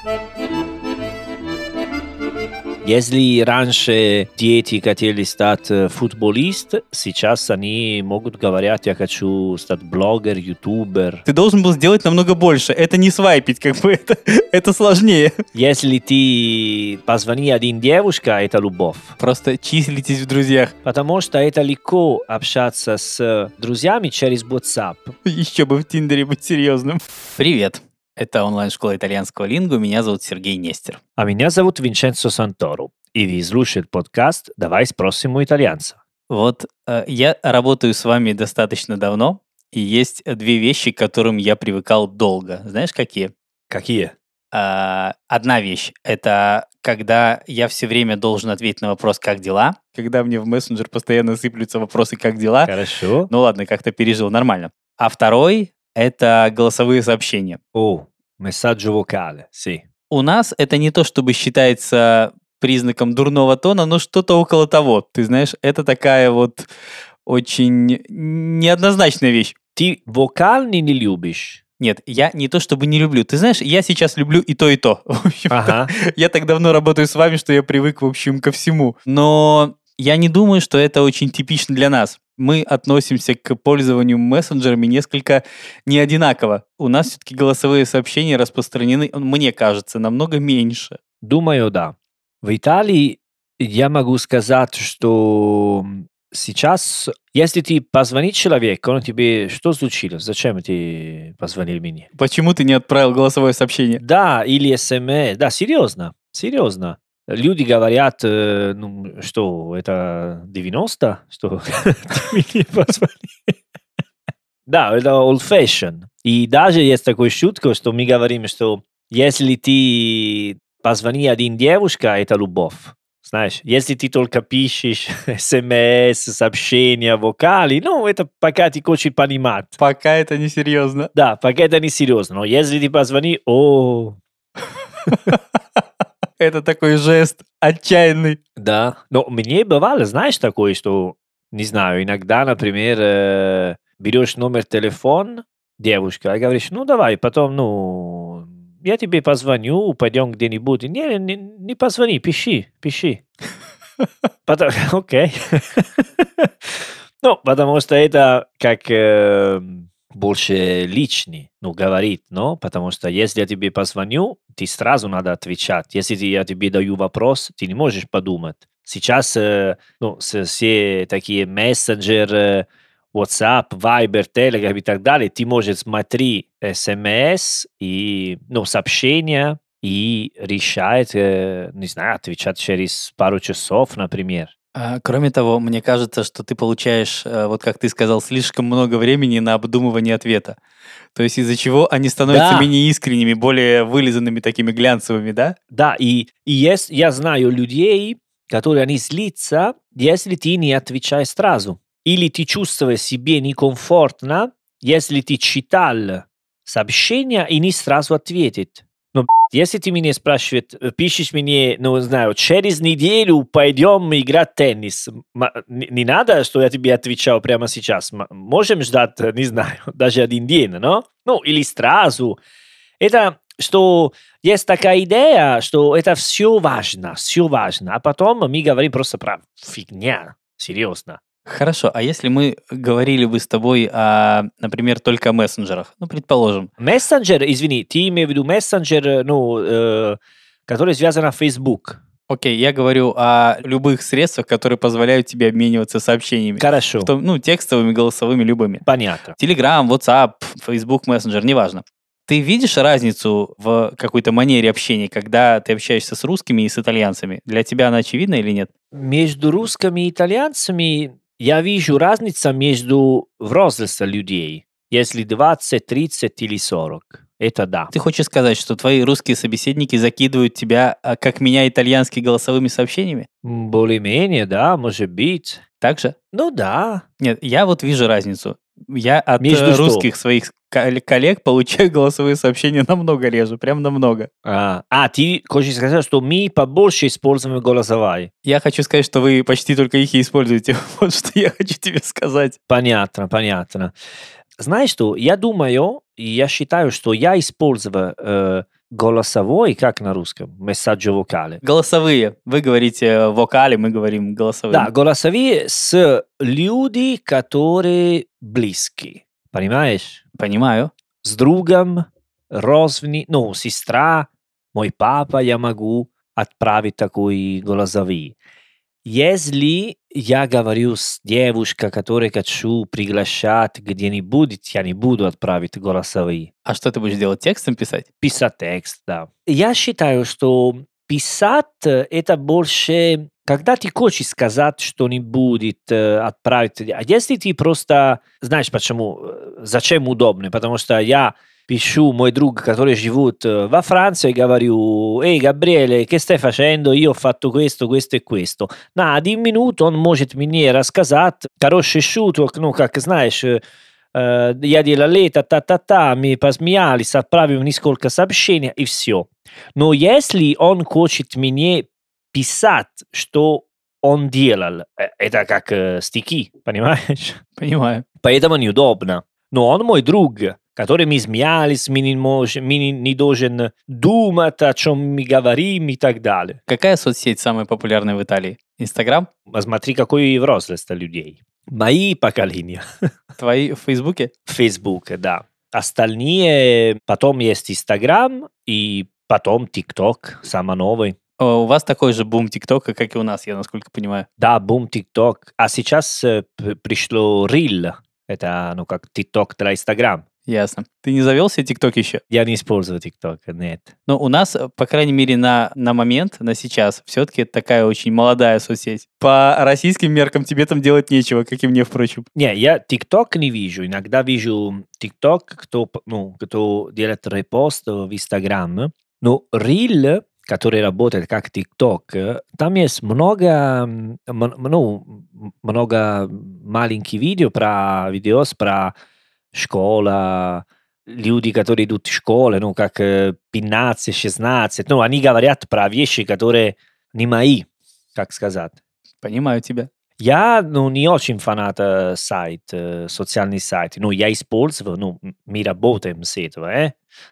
Если раньше дети хотели стать футболистом, сейчас они могут говорить, я хочу стать блогер, ютубер. Ты должен был сделать намного больше. Это не свайпить, как бы это сложнее. Если ты позвони один девушке, это любовь. Просто числитесь в друзьях. Потому что это легко общаться с друзьями через WhatsApp. Еще бы в Тиндере быть серьезным. Привет. Это онлайн-школа итальянского лингу. Меня зовут Сергей Нестер. А меня зовут Винченцо Санторо. И вы слушаете подкаст «Давай спросим у итальянца». Вот я работаю с вами достаточно давно, и есть две вещи, к которым я привыкал долго. Знаешь, какие? Какие? Одна вещь – это когда я все время должен ответить на вопрос «как дела?», когда мне в мессенджер постоянно сыплются вопросы «как дела?». Хорошо. Ну ладно, как-то пережил, нормально. А второй – это голосовые сообщения. О, messaggio vocale, sì. У нас это не то, чтобы считается признаком дурного тона, но что-то около того. Ты знаешь, это такая вот очень неоднозначная вещь. Ты вокальный не любишь? Нет, я не то чтобы не люблю. Ты знаешь, я сейчас люблю и то, и то. В общем, Ага. я так давно работаю с вами, что я привык, в общем, ко всему. Но я не думаю, что это очень типично для нас. Мы относимся к пользованию мессенджерами несколько не одинаково. У нас все-таки голосовые сообщения распространены, мне кажется, намного меньше. Думаю, да. В Италии я могу сказать, что сейчас, если ты позвонишь человеку, он тебе, что случилось? Зачем ты позвонил мне? Почему ты не отправил голосовое сообщение? Да, или СМС. Да, серьезно. Люди говорят, что это 90, что ты мне позвонил. Да, это old fashion. И даже есть такая шутка, что мы говорим, что если ты позвони один девушке, это любовь. Знаешь, если ты только пишешь смс, сообщения, вокали, это пока ты хочешь понимать. Пока это не серьезно. Да, пока это не серьезно. Но если ты позвони, Это такой жест отчаянный. Да, но мне бывало, знаешь, такое, что, не знаю, иногда, например, берешь номер телефона девушка и говоришь, давай, потом, я тебе позвоню, пойдем где-нибудь. Не позвони, пиши. Окей. Потому что это как больше личный, говорит, потому что если я тебе позвоню, ты сразу надо отвечать. Если я тебе даю вопрос, ты не можешь подумать. Сейчас все такие мессенджеры, WhatsApp, Viber, Telegram и так далее, ты можешь смотреть смс и сообщения и решать, не знаю, отвечать через пару часов, например. Кроме того, мне кажется, что ты получаешь, вот как ты сказал, слишком много времени на обдумывание ответа. То есть из-за чего они становятся менее искренними, более вылизанными, такими глянцевыми, да? Да, и я знаю людей, которые они злятся, если ты не отвечаешь сразу. Или ты чувствуешь себя некомфортно, если ты читал сообщение и не сразу ответит. Но если ты меня спрашиваешь, пишешь мне, через неделю пойдем играть в теннис, не надо, что я тебе отвечал прямо сейчас. Можем ждать, не знаю, даже один день, или сразу. Это, что есть такая идея, что это все важно, а потом мы говорим просто про фигня, серьезно. Хорошо, а если мы говорили бы с тобой о, например, только о мессенджерах, предположим. Мессенджер, извини, ты имеешь в виду мессенджер, который связан с Facebook? Окей, я говорю о любых средствах, которые позволяют тебе обмениваться сообщениями. Хорошо. Текстовыми, голосовыми, любыми. Понятно. Telegram, WhatsApp, Facebook, Messenger, неважно. Ты видишь разницу в какой-то манере общения, когда ты общаешься с русскими и с итальянцами? Для тебя она очевидна или нет? Между русскими и итальянцами я вижу разницу между возрастом людей. Если 20, 30 или 40. Это да. Ты хочешь сказать, что твои русские собеседники закидывают тебя, как меня, итальянскими голосовыми сообщениями? Более-менее, да, может быть. Так же? Да. Нет, я вот вижу разницу. Я от Между русских своих коллег получаю голосовые сообщения намного реже, прям намного. Ты хочешь сказать, что мы побольше используем голосовые? Я хочу сказать, что вы почти только их и используете. Вот что я хочу тебе сказать. Понятно. Знаешь что, я думаю, и я считаю, что я использую голосовой, как на русском? Месседжо вокале. Голосовые. Вы говорите вокали, мы говорим голосовые. Да, голосовые с люди, которые близкие. Понимаешь? Понимаю. С другом, родственник, сестра, мой папа, я могу отправить такой голосовые. Если я говорю с девушкой, которую хочу приглашать где-нибудь, я не буду отправить голосовые. А что ты будешь делать? Текстом писать? Писать текст, да. Я считаю, что писать это больше, когда ты хочешь сказать что-нибудь, отправить. А если ты просто, знаешь почему, зачем удобно? Потому что я пишу мой друг, который живет во Франции, и говорю: «Эй, Gabriele, che stai facendo? Io ho fatto questo, questo e questo». На 1 минуту он может мне рассказать хороший шуток, как знаешь, я делал это, та-та-та, мы посмеялись, отправил несколько сообщений и все. Но если он хочет мне писать, что он делал, это как стихи, понимаешь? Понимаю. Поэтому неудобно. Но он мой друг, который мы смеялись, мы не должен думать, о чем мы говорим и так далее. Какая соцсеть самая популярная в Италии? Инстаграм? Смотри, какой возраст людей. Мои поколения. Твои в Фейсбуке? Facebook, да. Остальные, потом есть Инстаграм и потом ТикТок, самый новый. У вас такой же бум ТикТока, как и у нас, я насколько понимаю. Да, бум ТикТок. А сейчас пришло Reel. Это, как ТикТок для Инстаграм. Ясно. Ты не завел себе ТикТок еще? Я не использую ТикТок, нет. Но у нас, по крайней мере, на момент, на сейчас, все-таки это такая очень молодая соцсеть. По российским меркам тебе там делать нечего, как и мне, впрочем. Не, я ТикТок не вижу. Иногда вижу ТикТок, кто делает репост в Инстаграм. Но Reel, который работает как ТикТок, там есть много маленьких видео про школа, люди, которые идут в школу, как 15-16, они говорят про вещи, которые не мои, как сказать. Понимаю тебя. Я не очень фанат социальных сайтов. Я использую, мы работаем с этого,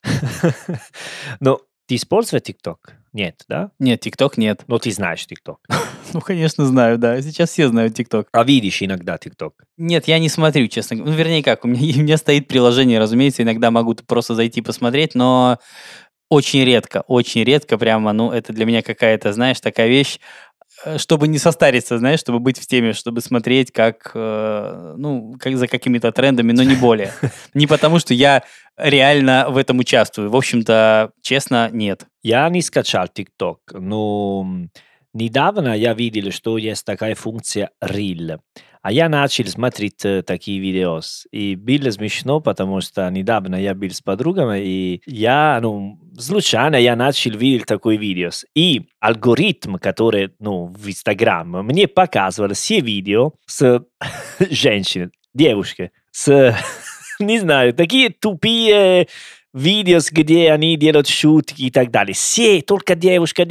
Но ты используешь ТикТок? Нет, да? Нет, ТикТок нет. Но ты знаешь ТикТок. Конечно, знаю, да. Сейчас все знают ТикТок. А видишь иногда ТикТок? Нет, я не смотрю, честно. Вернее, как, у меня стоит приложение, разумеется, иногда могу просто зайти посмотреть, но очень редко прямо, это для меня какая-то, знаешь, такая вещь, чтобы не состариться, знаешь, чтобы быть в теме, чтобы смотреть как за какими-то трендами, но не более. Не потому, что я реально в этом участвую. В общем-то, честно, нет. Я не скачал ТикТок, но недавно я видел, что есть такая функция Reel. А я начал смотреть такие видео. И было смешно, потому что недавно я был с подругами, и случайно я начал видеть такое видео. И алгоритм, который, в Инстаграм, мне показывал все видео с женщиной, девушкой, не знаю, такие тупые видео, где они делают шутки и так далее. Все, только девушка.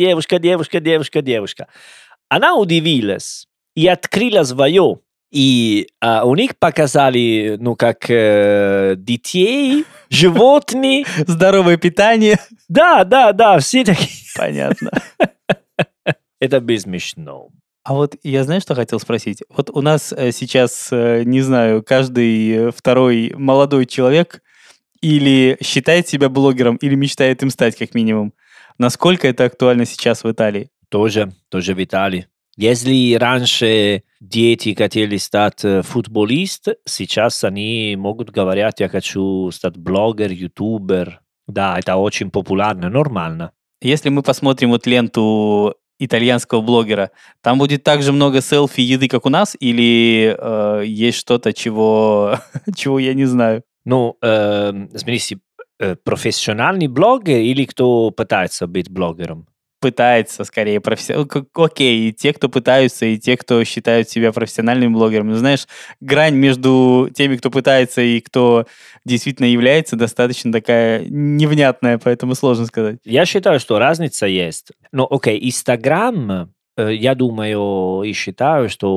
Она удивилась и открыла свое. И у них показали, как детей, животные. Здоровое питание. Да, все такие. Понятно. Это смешно. А вот я, знаешь, что хотел спросить? Вот у нас сейчас, не знаю, каждый второй молодой человек или считает себя блогером, или мечтает им стать, как минимум. Насколько это актуально сейчас в Италии? Тоже в Италии. Если раньше дети хотели стать футболистом, сейчас они могут говорить: я хочу стать блогер, ютубер. Да, это очень популярно, нормально. Если мы посмотрим ленту итальянского блогера, там будет так же много селфи еды, как у нас, или есть что-то, чего я не знаю? Смотрите, профессиональный блогер или кто пытается быть блогером? Пытается, скорее, окей, и те, кто пытаются, и те, кто считают себя профессиональными блогерами. Но, знаешь, грань между теми, кто пытается, и кто действительно является, достаточно такая невнятная, поэтому сложно сказать. Я считаю, что разница есть. Но, Инстаграм, я думаю и считаю, что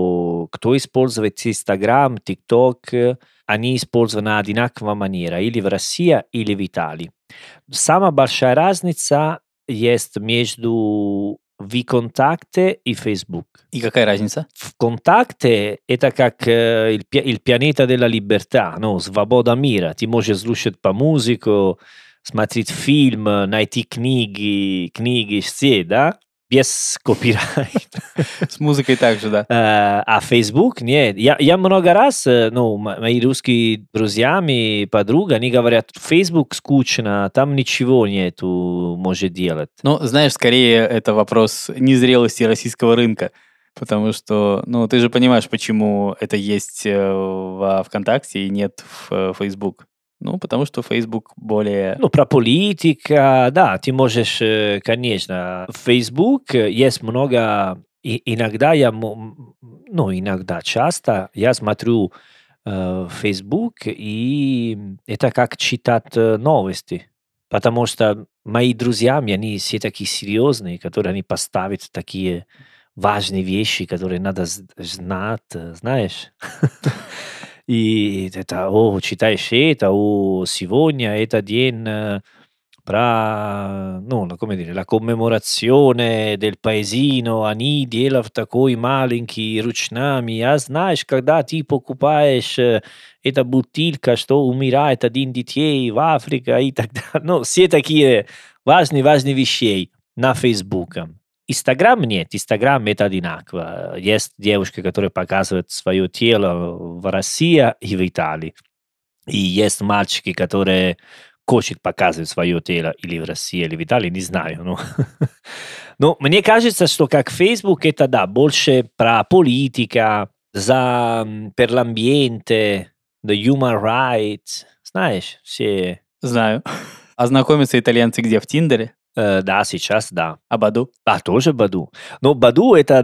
что кто использует Instagram, TikTok, они используют на одинаковая манера, или в России, или в Италии. Самая большая разница есть между ВКонтакте и Facebook. И какая разница? ВКонтакте это как il pianeta della libertà, no? Свобода мира. Ты можешь слушать по музыку, смотреть фильм, найти книги все, да? Без копирайта. С музыкой также, да. А Facebook нет. Я много раз, мои русские друзья и подруга, они говорят, Facebook скучно, там ничего нету, может делать. Ну, знаешь, скорее это вопрос незрелости российского рынка. Потому что, ты же понимаешь, почему это есть во ВКонтакте и нет в Facebook. Потому что Facebook более... про политика, да, ты можешь, конечно. В Facebook есть много... Иногда иногда, часто я смотрю Facebook, и это как читать новости. Потому что мои друзья, они все такие серьезные, которые они поставят такие важные вещи, которые надо знать, знаешь. И это, читаешь это, сегодня это день come dire, la commemorazione del paesino, они делают такой маленький ручными. А знаешь, когда ты покупаешь эта бутылка, что умирает один детей в Африке и так далее. Все такие важные вещи на Facebook. Инстаграм нет, Инстаграм это одинаково. Есть девушка, которая показывает свое тело в России и в Италии. И есть мальчики, которые хочет показывать свое тело или в России, или в Италии, не знаю. Но мне кажется, что как Facebook это, да, больше про политика, per l'ambiente, the human rights. Знаешь, все... Знаю. А знакомятся итальянцы где? В Тиндере? Да, сейчас да. А Баду? А, тоже Баду. Но Баду это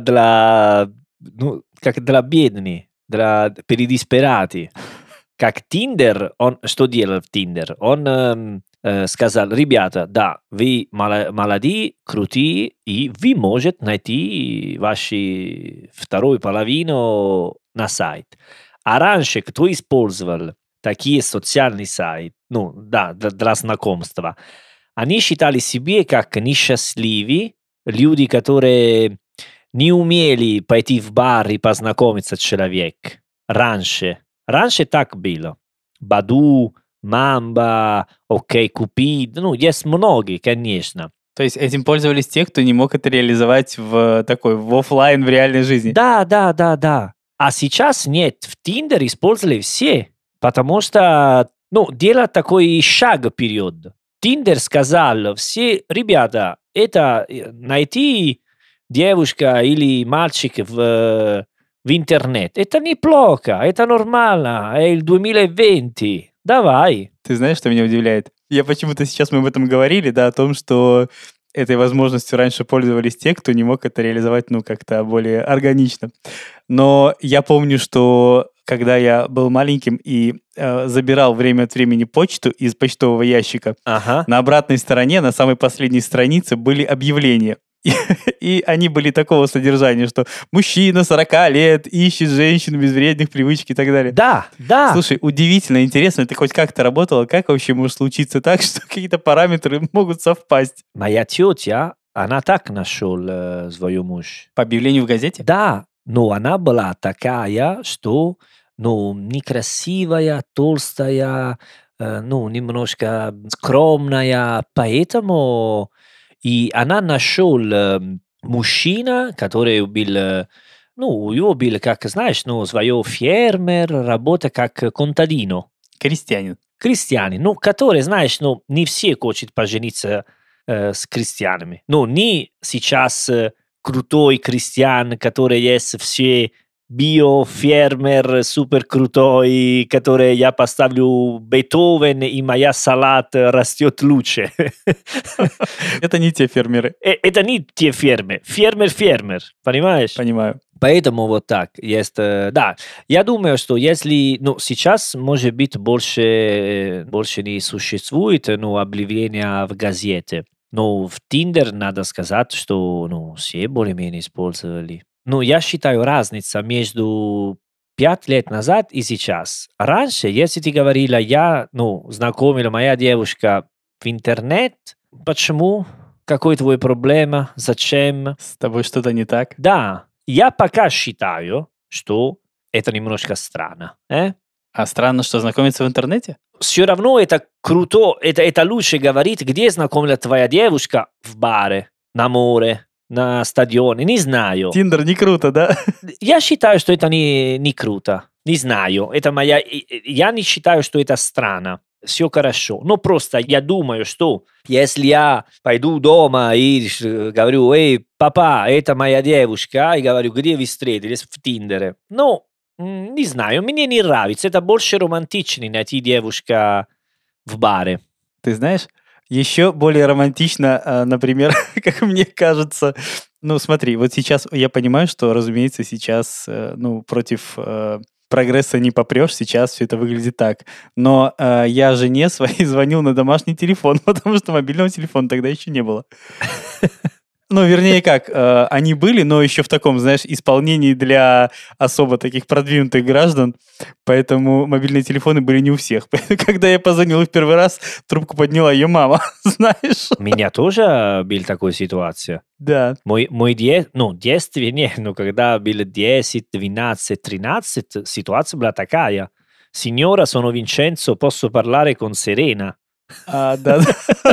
как для бедных, per i disperati. Как Тиндер, он что делал в Тиндер? Он сказал, ребята, да, вы молодые, крутые, и вы можете найти вашу вторую половину на сайт. А раньше кто использовал такие социальные сайты, для знакомства, они считали себе как несчастливые люди, которые не умели пойти в бар и познакомиться с человеком раньше. Раньше так было. Баду, Мамба, Купид, есть многие, конечно. То есть этим пользовались те, кто не мог это реализовать в офлайн, в реальной жизни? Да. А сейчас нет. В Тиндер использовали все, потому что, делать такой шаг вперед. Тиндер сказал, все, ребята, это найти девушка или мальчик в интернет. Это неплохо, это нормально, è il 2020. Давай. Ты знаешь, что меня удивляет? Я почему-то сейчас мы об этом говорили, да, о том, что этой возможностью раньше пользовались те, кто не мог это реализовать, как-то более органично. Но я помню, что когда я был маленьким и забирал время от времени почту из почтового ящика, на обратной стороне, на самой последней странице были объявления. И они были такого содержания, что мужчина 40 лет ищет женщину без вредных привычек и так далее. Да. Слушай, удивительно, интересно, ты хоть как-то работала? Как вообще может случиться так, что какие-то параметры могут совпасть? Моя тетя, она так нашел свою муж. По объявлению в газете? Да, но она была такая, что, некрасивая, толстая, немножко скромная, поэтому... И она нашел мужчина, который был, у него был, как знаешь, свой фермер, работа как контадино. Крестьянин. Который, знаешь, не все хотят пожениться с крестьянами. Не сейчас крутой крестьян, который есть все биофермер супер крутой, который я поставлю Бетховен, и моя салат растет лучше. Это не те фермеры. Это не те фермеры. Фермер, понимаешь? Понимаю. Поэтому вот так есть. Да, я думаю, что если, сейчас, может быть, больше не существует, объявления в газете. Но в Тиндер надо сказать, что, все более-менее использовали. Ну, я считаю разница между 5 лет назад и сейчас. Раньше, если ты говорила, знакомила моя девушка в интернет, почему? Какой твой проблема? Зачем? С тобой что-то не так? Да, я пока считаю, что это немножко странно. А странно, что знакомиться в интернете? Все равно это круто, это лучше говорить, где знакомила твоя девушка в баре, на море, на стадионе, не знаю. Тиндер не круто, да? Я считаю, что это не круто. Не знаю. Я не считаю, что это странно. Все хорошо. Но просто я думаю, что если я пойду дома и говорю, эй, папа, это моя девушка, и говорю, где вы встретились в Тиндере? Ну, не знаю, мне не нравится. Это больше романтично найти девушка в баре. Ты знаешь, еще более романтично, например, как мне кажется, ну смотри, вот сейчас я понимаю, что, разумеется, сейчас, против прогресса не попрешь, сейчас все это выглядит так. Но я жене своей звонил на домашний телефон, потому что мобильного телефона тогда еще не было. Ну, вернее как, они были, но еще в таком, знаешь, исполнении для особо таких продвинутых граждан, поэтому мобильные телефоны были не у всех. Когда я позвонил в первый раз, трубку подняла ее мама, знаешь. У меня тоже была такая ситуация. Да. Детстве нет, но когда было 10, 12, 13, ситуация была такая. Signora, sono Vincenzo, posso parlare con Serena? Да.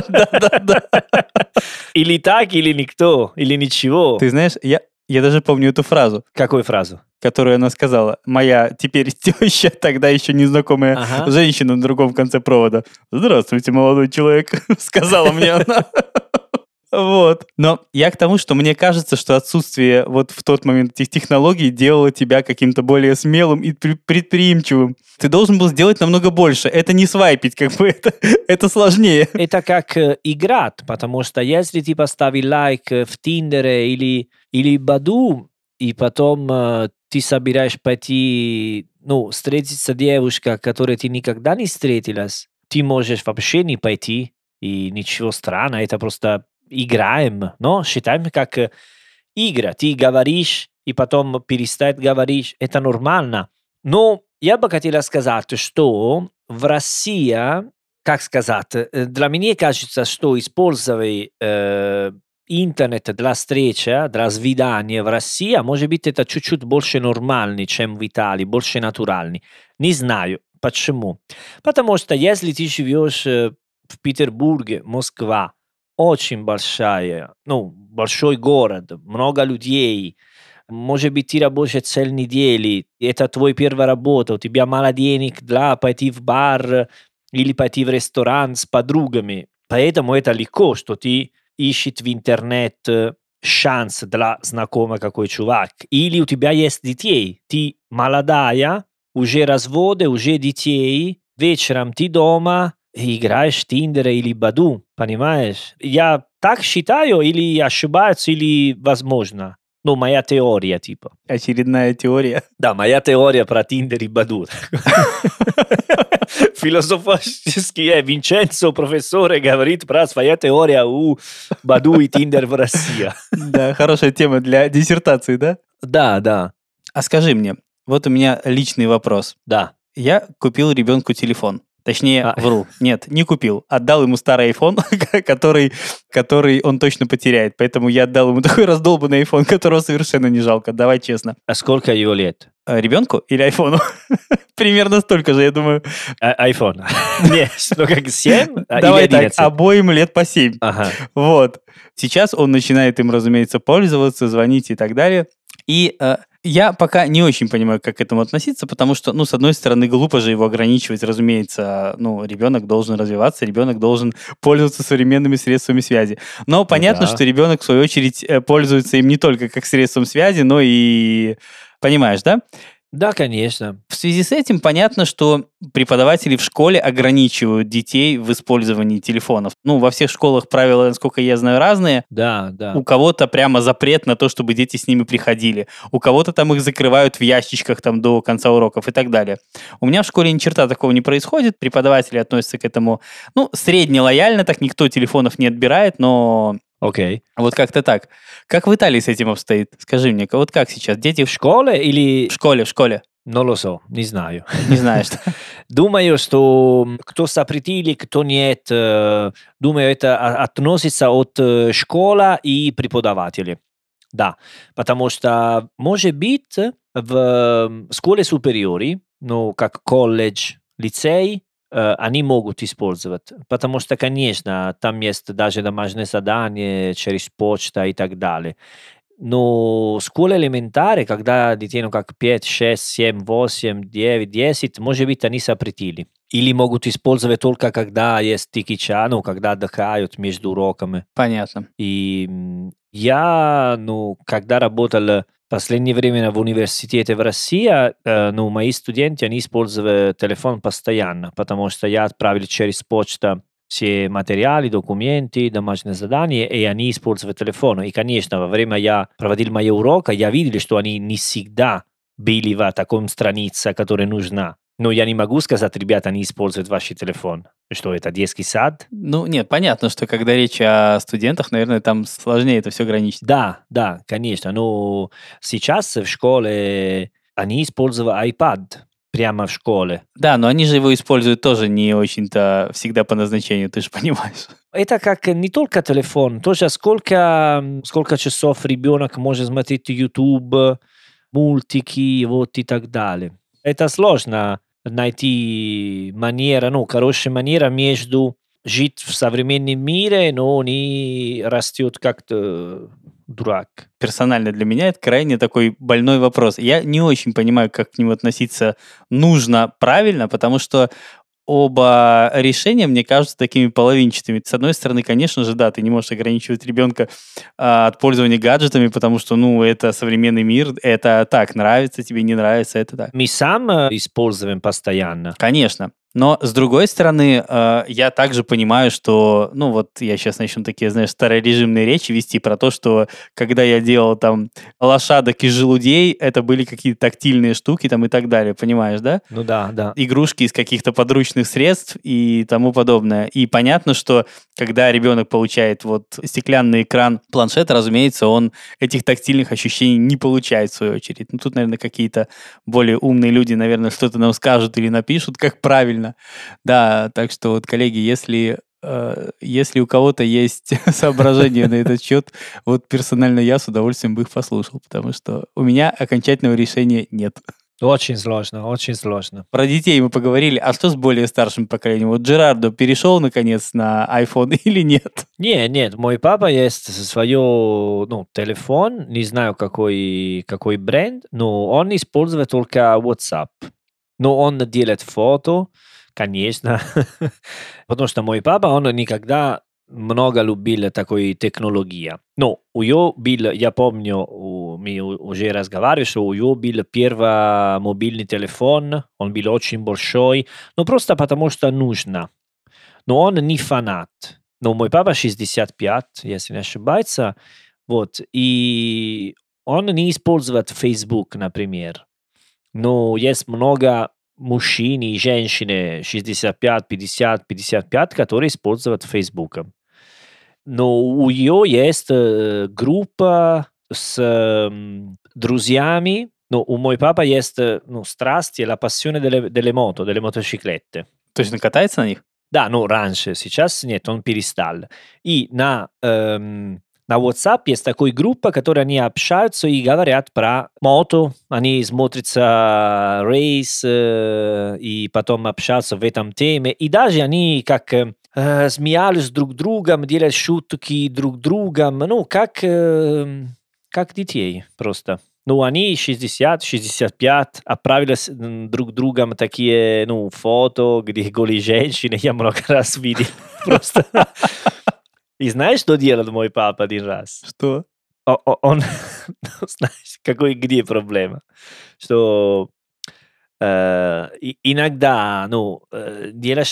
Или так, или никто, или ничего. Ты знаешь, я даже помню эту фразу. Какую фразу? Которую она сказала. Моя теперь теща, тогда еще незнакомая женщина на другом конце провода. «Здравствуйте, молодой человек», сказала мне она. Вот. Но я к тому, что мне кажется, что отсутствие вот в тот момент этих технологий делало тебя каким-то более смелым и предприимчивым. Ты должен был сделать намного больше. Это не свайпить, как бы это сложнее. Это как играть, потому что если ты поставил лайк в Тиндере или Баду, и потом ты собираешь пойти, встретиться с девушкой, которой ты никогда не встретилась, ты можешь вообще не пойти, и ничего странного, это просто играем, но считаем как игра. Ты говоришь, и потом перестать говорить, это нормально. Но я бы хотела сказать, что в России, как сказать, для меня кажется, что использовать интернет для встречи, для свидания в России, может быть, это чуть-чуть больше нормальный, чем в Италии, больше натуральный. Не знаю, почему. Потому что если ты живешь в Петербурге, Москва, очень большой город, много людей. Может быть, ты работаешь целую неделю, это твоя первая работа, у тебя мало денег для пойти в бар или пойти в ресторан с подругами. Поэтому это легко, что ты ищешь в интернет шанс для знакомого какой чувак. Или у тебя есть детей, ты молодая, уже разводы, уже детей, вечером ты дома, играешь в Тиндер или Баду, понимаешь? Я так считаю, или ошибаюсь, или возможно. Моя теория, типа. Очередная теория. Да, моя теория про Тиндер и Баду. Философически Винченцо, профессор, говорит про свою теорию у Баду и Тиндер в России. Да, хорошая тема для диссертации, да? Да. А скажи мне, вот у меня личный вопрос. Да. Я купил ребенку телефон. Точнее, вру. Нет, не купил. Отдал ему старый iPhone, который он точно потеряет. Поэтому я отдал ему такой раздолбанный iPhone, которого совершенно не жалко. Давай честно. А сколько его лет? Ребенку или айфону? Примерно столько же, я думаю. iPhone. Нет, как 7? Давай так, обоим лет по 7. Ага. Вот. Сейчас он начинает им, разумеется, пользоваться, звонить и так далее. И я пока не очень понимаю, как к этому относиться, потому что, с одной стороны, глупо же его ограничивать, разумеется, ребенок должен развиваться, ребенок должен пользоваться современными средствами связи. Но понятно, что ребенок, в свою очередь, пользуется им не только как средством связи, но и... Понимаешь, да? Да, конечно. В связи с этим понятно, что преподаватели в школе ограничивают детей в использовании телефонов. Во всех школах правила, насколько я знаю, разные. Да. У кого-то прямо запрет на то, чтобы дети с ними приходили. У кого-то там их закрывают в ящичках там до конца уроков и так далее. У меня в школе ни черта такого не происходит. Преподаватели относятся к этому, средне лояльно, так никто телефонов не отбирает, но Окей. Вот как-то так. Как в Италии с этим обстоит? Скажи мне, вот как сейчас? Дети В школе или... в школе. Non lo so, не знаю. Не знаешь. Думаю, что кто запретили, кто нет, думаю, это относится от школы и преподавателей. Да, потому что, может быть, в школе супериори, ну, как колледж, лицей, они могут использовать. Потому что, конечно, там есть даже домашнее задание через почту и так далее. Но школа элементарная, когда детей, ну, как 5, 6, 7, 8, 9, 10, может быть, они запретили. Или могут использовать только когда есть тикича, ну, когда отдыхают между уроками. Понятно. И я, ну, когда работал в последнее время в университете в России, ну, мои студенты, они использовали телефон постоянно, потому что я отправил через почту все материалы, документы, домашние задания, и они используют телефон. И, конечно, во время я проводил мои уроки, я видел, что они не всегда были в таком странице, которая нужна. Но я не могу сказать, ребята, они используют ваш телефон. Что это, детский сад? Ну, нет, понятно, что когда речь о студентах, наверное, там сложнее это все ограничить. Да, да, конечно. Но сейчас в школе они используют iPad прямо в школе. Да, но они же его используют тоже не очень-то всегда по назначению, ты же понимаешь. Это как не только телефон, тоже сколько часов ребенок может смотреть YouTube, мультики, вот и так далее. Это сложно найти манера, ну, хорошая манера между жить в современном мире, но не растет как-то дурак. Персонально для меня это крайне такой больной вопрос. Я не очень понимаю, как к нему относиться нужно правильно, потому что оба решения мне кажутся такими половинчатыми. С одной стороны, конечно же, да, ты не можешь ограничивать ребенка от пользования гаджетами, потому что, ну, это современный мир, это так, нравится тебе, не нравится, это так. Мы сам используем постоянно. Конечно. Но, с другой стороны, я также понимаю, что, ну, вот я сейчас начну такие, знаешь, старорежимные речи вести про то, что когда я делал там лошадок и желудей, это были какие-то тактильные штуки там и так далее, понимаешь, да? Ну да, да. Игрушки из каких-то подручных средств и тому подобное. И понятно, что когда ребенок получает вот стеклянный экран планшета, разумеется, он этих тактильных ощущений не получает в свою очередь. Ну, тут, наверное, какие-то более умные люди, наверное, что-то нам скажут или напишут, как правильно. Да, так что вот, коллеги, если у кого-то есть соображения на этот счет, вот персонально я с удовольствием бы их послушал, потому что у меня окончательного решения нет. Очень сложно, очень сложно. Про детей мы поговорили, а что с более старшим поколением? Вот Джерардо перешел, наконец, на iPhone или нет? Нет, мой папа есть свой, ну, телефон, не знаю какой бренд, но он использует только WhatsApp. Но он делает фото, конечно, потому что мой папа, он никогда много любил такой технологии. Но у него был, я помню, мы уже разговаривали, что у него был первый мобильный телефон, он был очень большой, но просто потому что нужно. Но он не фанат. Но мой папа 65, если не ошибаюсь, вот, и он не использует Facebook, например. Но есть много мужчин и женщин 65, 50, 55, которые используют Facebook. Но у нее есть группа с друзьями. Но у мой папа есть ну, страсть и la passione delle moto, delle motociclette. Точно катается на них? Да, ну раньше, сейчас нет, он перестал. И на WhatsApp есть такая группа, которая они общаются и говорят про мото, они смотрятся рейс и потом общаются в этом теме. И даже они как смеялись друг другом, делали шутки друг другом, ну, как детей просто. Ну, они 60, 65 отправились друг другом такие, ну, фото, где голые женщины, я много раз видел. Просто. И знаешь, что делал мой папа один раз? Что? Он, знаешь, где проблема? Что иногда, ну, делаешь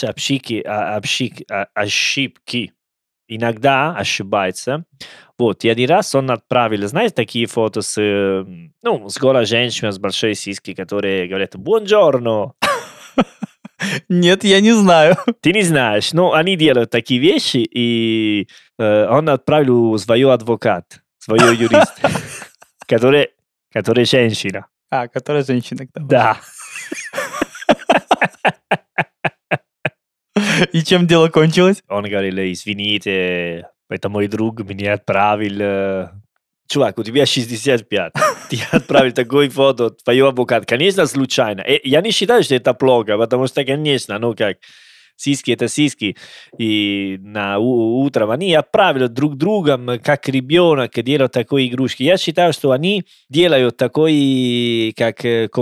ошибки, иногда ошибается. Вот, и один раз он отправил, знаете, такие фото с голой женщиной с большой сиськи, которые говорят «Buongiorno». Нет, я не знаю. Ты не знаешь, но они делают такие вещи, и он отправил свою адвокат, свою юрист, которая женщина. Которая женщина. Да. И чем дело кончилось? Он говорил, извините, это мой друг меня отправил. Чувак, у тебя 65. Ты отправил такой фото, твою адвокат. Конечно, случайно. Я не считаю, что это плохо, потому что, конечно, ну как, сиськи это сиськи. И на утром они отправили друг другом, как ребенок, делают такой игрушки. Я считаю, что они делают такой, как,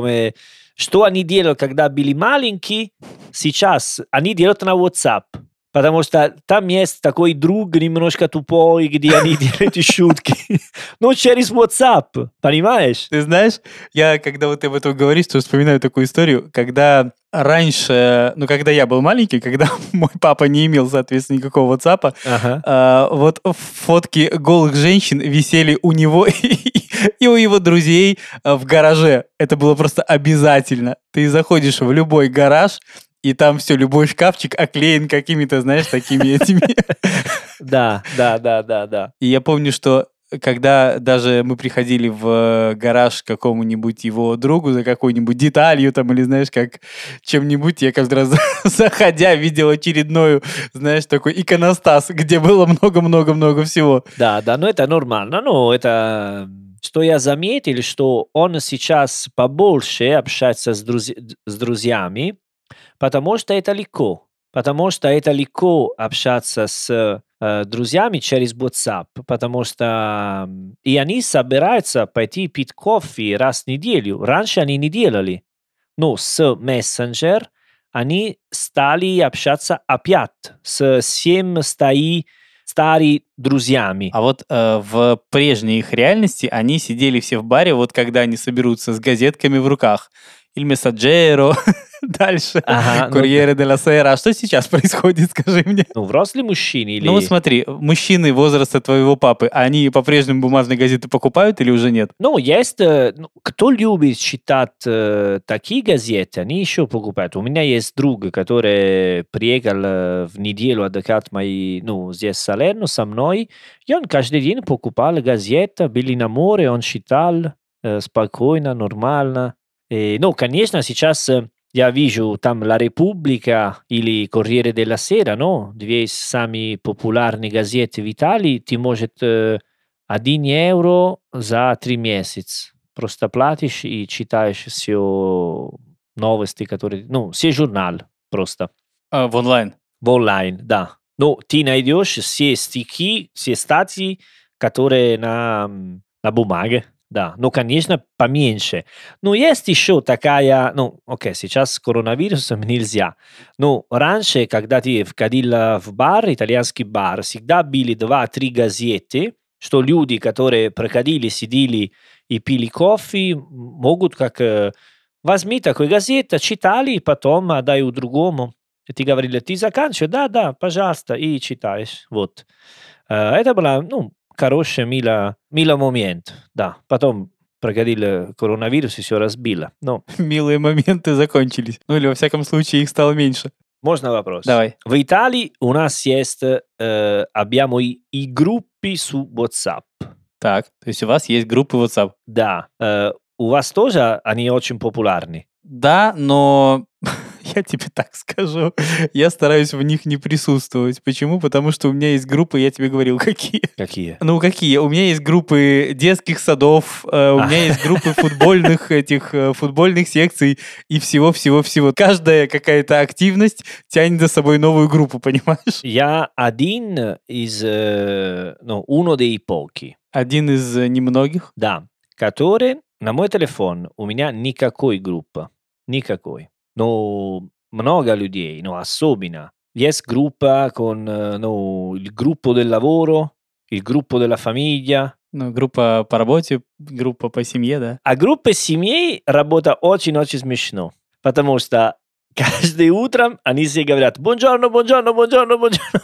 что они делают, когда были маленькие, сейчас они делают на WhatsApp. Потому что там есть такой друг немножко тупой, где они делают шутки. Ну, через WhatsApp, понимаешь? Ты знаешь, я, когда вот ты об этом говоришь, то вспоминаю такую историю, когда раньше, когда я был маленький, когда мой папа не имел, соответственно, никакого WhatsApp, вот фотки голых женщин висели у него и у его друзей в гараже. Это было просто обязательно. Ты заходишь в любой гараж, и там все, любой шкафчик оклеен какими-то, знаешь, такими этими. Да. И я помню, что когда даже мы приходили в гараж к какому-нибудь его другу за какой-нибудь деталью там, или, знаешь, как чем-нибудь, я каждый раз, заходя, видел очередную, знаешь, такой иконостас, где было много-много-много всего. Да, но это нормально. Ну, это... Что я заметил, что он сейчас побольше общается с друзьями, потому что это легко. Потому что это легко общаться с друзьями через WhatsApp, потому что и они собираются пойти пить кофе раз в неделю. Раньше они не делали. Но с Messenger они стали общаться опять с всеми старыми друзьями. А вот в прежней их реальности они сидели все в баре, вот когда они соберутся с газетками в руках. Или Мессаджеро, дальше Корьере де ла Сера. А что сейчас происходит, скажи мне? Ну, взрослые мужчины или... Ну вот смотри, мужчины возраста твоего папы, они по-прежнему бумажные газеты покупают или уже нет? Ну, есть... Кто любит читать такие газеты, они еще покупают. У меня есть друг, который приехал в неделю отдыхать здесь в Салерно со мной, и он каждый день покупал газеты, были на море, он читал спокойно, нормально. Конечно, сейчас я вижу там «La Repubblica» или «Corriere della Sera», две самые популярные газеты в Италии, ты можешь 1 евро за 3 месяца. Просто платишь и читаешь все новости, которые... все журнал просто. В онлайн? В онлайн, да. Ты найдешь все стихи, все статьи, которые на бумаге. Да, конечно, поменьше. Есть еще такая, сейчас с коронавирусом нельзя. Раньше, когда ты входил в бар, итальянский бар, всегда были 2-3 газеты, что люди, которые проходили, сидели и пили кофе, могут возьми такую газету, читали, и потом отдай другому. И ты говорили, ты заканчиваешь? Да, пожалуйста, и читаешь. Вот. Это было, хороший, милый момент, да. Потом проходил коронавирус и все разбило. Милые моменты закончились. Или, во всяком случае, их стало меньше. Можно вопрос? Давай. В Италии у нас есть, abbiamo и группы su WhatsApp. Так, то есть у вас есть группы WhatsApp? Да. У вас тоже они очень популярны? Да, но... Я тебе так скажу, я стараюсь в них не присутствовать. Почему? Потому что у меня есть группы, я тебе говорил, какие. Какие? Какие? У меня есть группы детских садов, у меня есть группы футбольных секций и всего-всего-всего. Каждая какая-то активность тянет за собой новую группу, понимаешь? Я один из, uno dei pochi. Один из немногих? Да, который на мой телефон у меня никакой группы. Никакой. Много людей, особенно. Есть группа con il gruppo del lavoro, il gruppo della famiglia. Группа по работе, группа по семье, да? А группа семей работает очень-очень смешно, потому что каждое утро они все говорят «Buongiorno, buongiorno, buongiorno, buongiorno».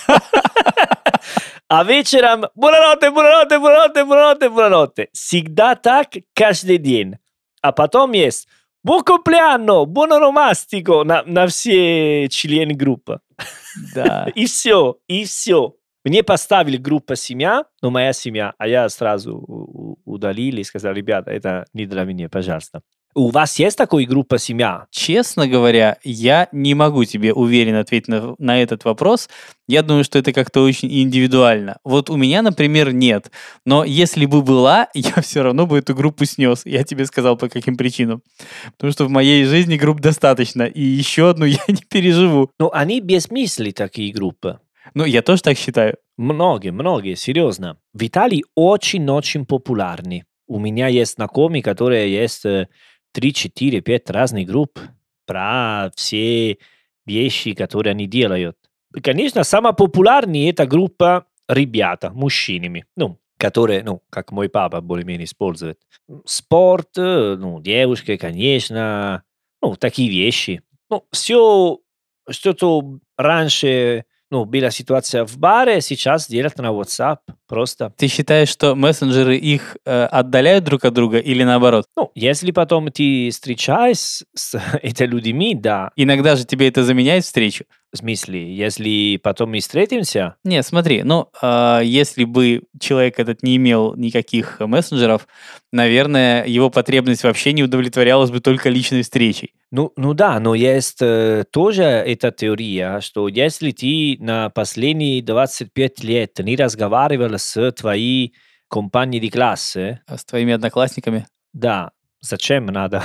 А вечером «Buonanotte, buonanotte, buonanotte, buonanotte, buonanotte». Всегда так каждый день. А потом есть Buon compleanno, buon onomastico на все члены группы. Да. И все, и все. Мне поставили группа семья, но моя семья, а я сразу удалили и сказал, ребята, это не для меня, пожалуйста. У вас есть такой группа семья? Честно говоря, я не могу тебе уверенно ответить на этот вопрос. Я думаю, что это как-то очень индивидуально. Вот у меня, например, нет. Но если бы была, я все равно бы эту группу снес. Я тебе сказал, по каким причинам. Потому что в моей жизни групп достаточно. И еще одну я не переживу. Но они бессмысленные, такие группы. Ну, я тоже так считаю. Многие, серьезно. В Италии очень-очень популярны. У меня есть знакомые, которые есть 3, 4, 5 разных групп про все вещи, которые они делают. Конечно, самая популярная это группа ребята, мужчинами, которые, как мой папа более-менее использует. Спорт, девушки, конечно, такие вещи. Все, что-то раньше, была ситуация в баре, сейчас делят на WhatsApp просто. Ты считаешь, что мессенджеры их отдаляют друг от друга или наоборот? Если потом ты встречаешься с этими людьми, да. Иногда же тебе это заменяет встречу. В смысле, если потом мы встретимся? Не, смотри, если бы человек этот не имел никаких мессенджеров, наверное, его потребность вообще не удовлетворялась бы только личной встречей. Да, но есть тоже эта теория, что если ты на последние 25 лет не разговаривал с твоей компанией de классе... С твоими одноклассниками? Да, зачем надо?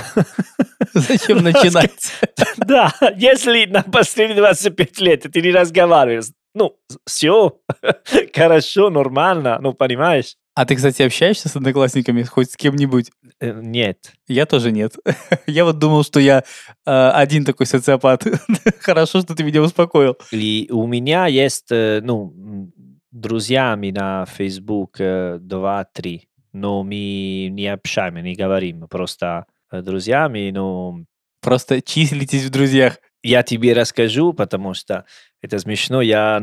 Зачем начинать? Да, если на последние 25 лет ты не разговариваешь, все, хорошо, нормально, понимаешь? А ты, кстати, общаешься с одноклассниками, хоть с кем-нибудь? Нет. Я тоже нет. Я вот думал, что я один такой социопат. Хорошо, что ты меня успокоил. И у меня есть, друзьями на Facebook 2-3, но мы не общаемся, не говорим, просто друзьями, Просто числитесь в друзьях. Я тебе расскажу, потому что это смешно. Я,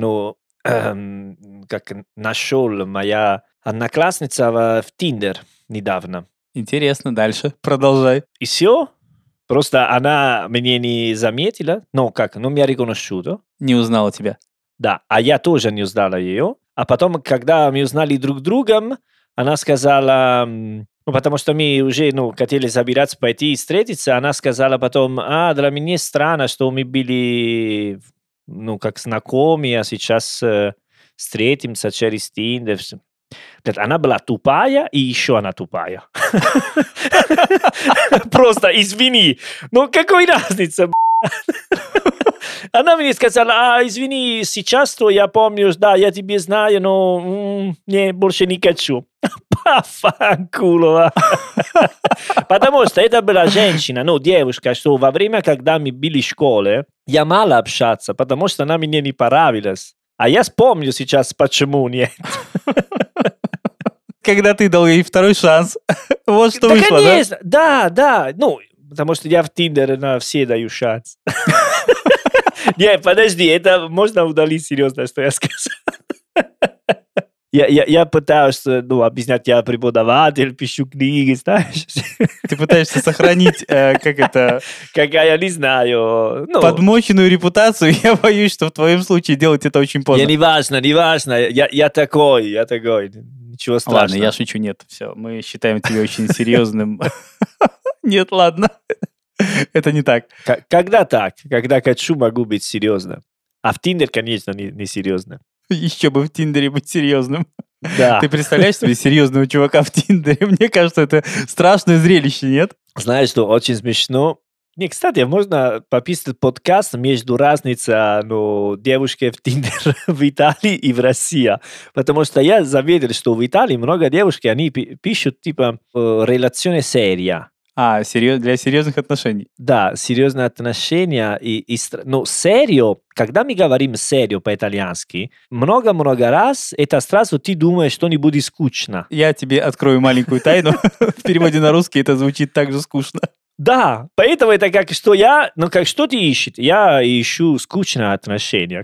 как нашел моя одноклассница в Tinder недавно. Интересно, дальше. Продолжай. И все. Просто она меня не заметила. Меня реконnosciuto. Не узнала тебя. Да, а я тоже не узнала ее. А потом, когда мы узнали друг друга, она сказала... потому что мы уже, хотели собираться пойти и встретиться, она сказала потом, для меня странно, что мы были, как знакомые, а сейчас встретимся через Tinder. Она была тупая, и еще она тупая. Просто извини. Какой разница, Она мне сказала, извини, сейчас то я помню, да, я тебя знаю, но не, больше не хочу. Пофанкулова. Потому что это была женщина, девушка, что во время, когда мы были в школе, я мало общаться, потому что она мне не понравилась. А я вспомню сейчас, почему нет. Когда ты дал ей второй шанс. Вот что вышло, конечно, да? Потому что я в Tinder на все даю шанс. Нет, подожди, это можно удалить серьезно, что я сказал. Я пытаюсь, объяснять, я преподаватель, пишу книги, знаешь. Ты пытаешься сохранить, я не знаю. Подмоченную репутацию. Я боюсь, что в твоем случае делать это очень поздно. Не важно. Я такой. Ничего страшного. Ладно, я шучу, нет, все. Мы считаем тебя очень серьезным. Нет, ладно. Это не так. Когда так? Когда хочу, могу быть серьезным. А в Tinder, конечно, не серьезно. Еще бы в Тиндере быть серьезным. Да. Ты представляешь себе серьезного чувака в Тиндере? Мне кажется, это страшное зрелище, нет? Знаешь, что очень смешно? Кстати, можно пописать подкаст между разницей девушки в Tinder в Италии и в России. Потому что я заметил, что в Италии много девушек, они пишут типа «relazione seria». Для серьезных отношений. Да, серьезные отношения. Серио, когда мы говорим серио по-итальянски, много-много раз это сразу ты думаешь, что не будет скучно. Я тебе открою маленькую тайну. В переводе на русский это звучит так же скучно. Да, поэтому это как что я... что ты ищешь? Я ищу скучные отношения.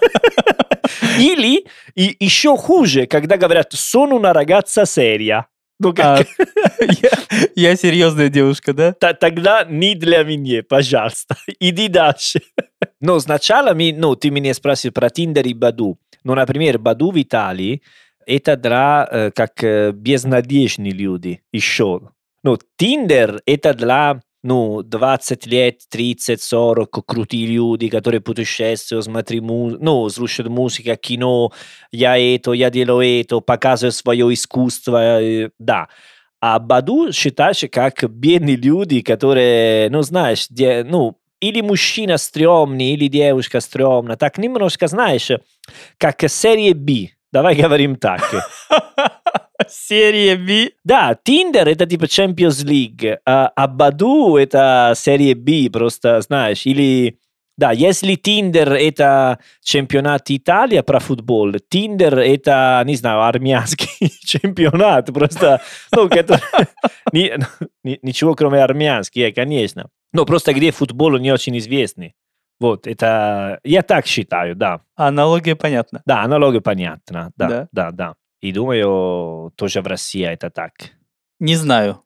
Или еще хуже, когда говорят «sono una ragazza seria». Ну, как... Я серьезная девушка, да? Тогда не для меня, пожалуйста. Иди дальше. Но сначала ты меня спросил про Тиндер и Баду. Ну, например, Баду в Италии это для как безнадежные люди еще. Ну, Тиндер это для 20 лет, 30, 40 крутые люди, которые путешествуют, слушают музыку, кино, я делаю это, показываю свое искусство, да. А Баду считаешь как бедные люди, которые, знаешь, или мужчина стрёмный, или девушка стрёмная. Так немножко, знаешь, как серия B. Давай говорим так. Серия B? Да, Tinder это типа Champions League, а Баду это серия B, просто, знаешь, или... Да, если Tinder это чемпионат Италии про футбол, Tinder это, не знаю, армянский чемпионат, просто, ничего кроме армянский, конечно. Но просто где футбол не очень известный. Вот, это, я так считаю, да. Аналогия понятна. Да, аналогия понятна, Да. да. И думаю, тоже в России это так. Не знаю.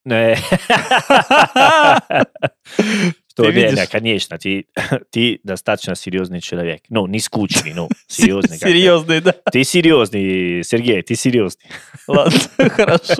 Что, не, конечно, ты достаточно серьезный человек. Ну, не скучный, серьезный. Серьезный, да. Ты серьезный, Сергей, ты серьезный. Ладно, хорошо.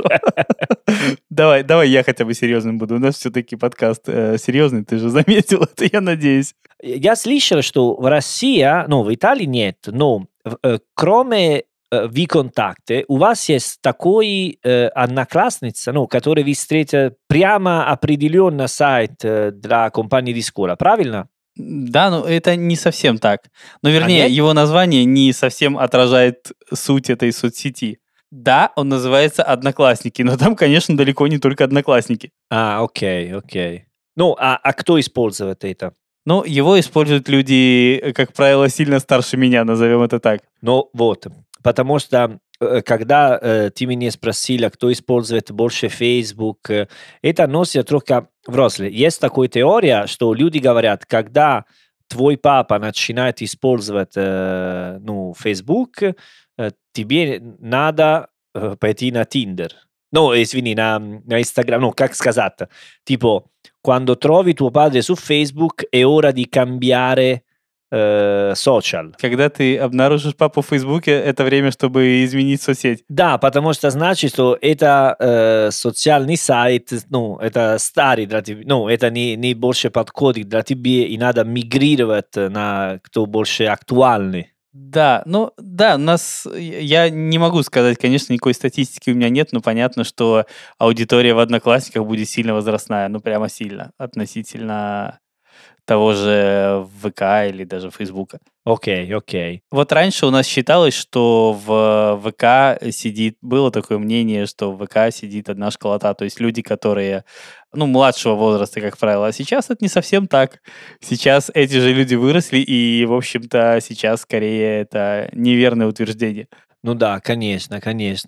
Давай я хотя бы серьезным буду. У нас все-таки подкаст серьезный, ты же заметил это, я надеюсь. Я слышал, что в России, в Италии нет, но кроме ВКонтакте, у вас есть такой одноклассница, который вы встретите прямо определенно сайт для компании di scuola, правильно? Да, но это не совсем так. Но, вернее, его название не совсем отражает суть этой соцсети. Да, он называется «Одноклассники», но там, конечно, далеко не только «Одноклассники». Окей. Ну, а кто использует это? Ну, его используют люди, как правило, сильно старше меня, назовем это так. Ну, вот. Потому что, когда ты меня спросила, кто использует больше Facebook, это носит только взрослые. Есть такая теория, что люди говорят, когда твой папа начинает использовать Facebook, тебе надо пойти на Tinder. Извини, на Instagram. Как сказать? Типа, quando trovi tuo padre su Facebook, è ora di cambiare social. Когда ты обнаружишь папу в Фейсбуке, это время, чтобы изменить соцсеть. Да, потому что значит, что это социальный сайт, это старый для тебя, это не больше подходит для тебя, и надо мигрировать на кто больше актуальный. Да, у нас, я не могу сказать, конечно, никакой статистики у меня нет, но понятно, что аудитория в Одноклассниках будет сильно возрастная, прямо сильно, относительно того же ВК или даже Фейсбука. Окей. Вот раньше у нас считалось, что в ВК было такое мнение, что в ВК сидит одна школота, то есть люди, которые, младшего возраста, как правило, а сейчас это не совсем так. Сейчас эти же люди выросли, и, в общем-то, сейчас скорее это неверное утверждение. Ну да, конечно.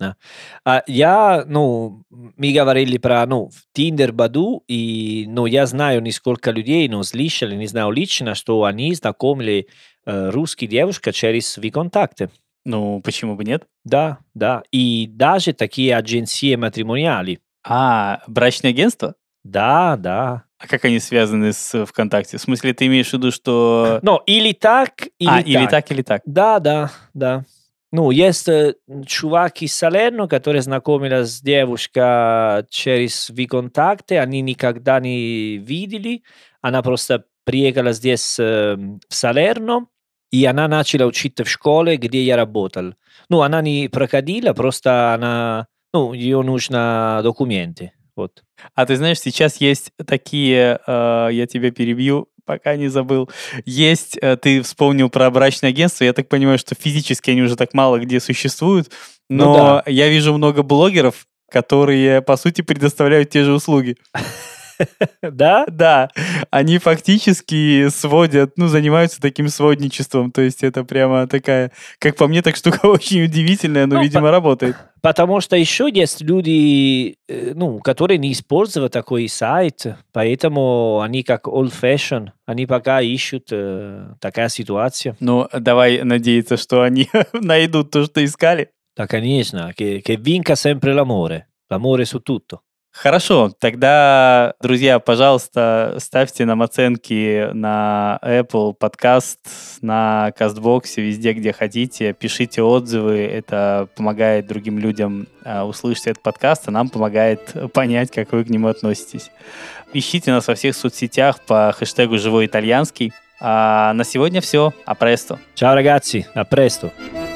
Мы говорили про, Tinder, Баду, и, я знаю несколько людей, слышали, не знаю лично, что они знакомили русские девушки через ВКонтакте. Почему бы нет? Да, и даже такие агенции матримониали. Брачное агентство? Да. А как они связаны с ВКонтакте? В смысле, ты имеешь в виду, что... Или так, или так. Или так. Да. Есть чувак из Салерно, который знакомился с девушкой через ВКонтакте, они никогда не видели, она просто приехала здесь в Салерно, и она начала учиться в школе, где я работал. Она не проходила, просто ее нужны документы. Вот. А ты знаешь, сейчас есть такие, я тебя перебью, пока не забыл. Есть, ты вспомнил про брачное агентство, я так понимаю, что физически они уже так мало где существуют, но я вижу много блогеров, которые, по сути, предоставляют те же услуги. Да? Да. Они фактически сводят, занимаются таким сводничеством. То есть это прямо такая, как по мне, так штука очень удивительная, но, видимо, работает. Потому что еще есть люди, которые не используют такой сайт, поэтому они как old fashion, они пока ищут такая ситуация. Давай надеяться, что они найдут то, что искали. Да, конечно, che vinca sempre l'amore. L'amore su tutto. Хорошо, тогда, друзья, пожалуйста, ставьте нам оценки на Apple Podcast, на CastBox, везде, где хотите. Пишите отзывы, это помогает другим людям услышать этот подкаст, а нам помогает понять, как вы к нему относитесь. Ищите нас во всех соцсетях по хэштегу «Живой итальянский». А на сегодня все. А престо. Ciao ragazzi, a presto.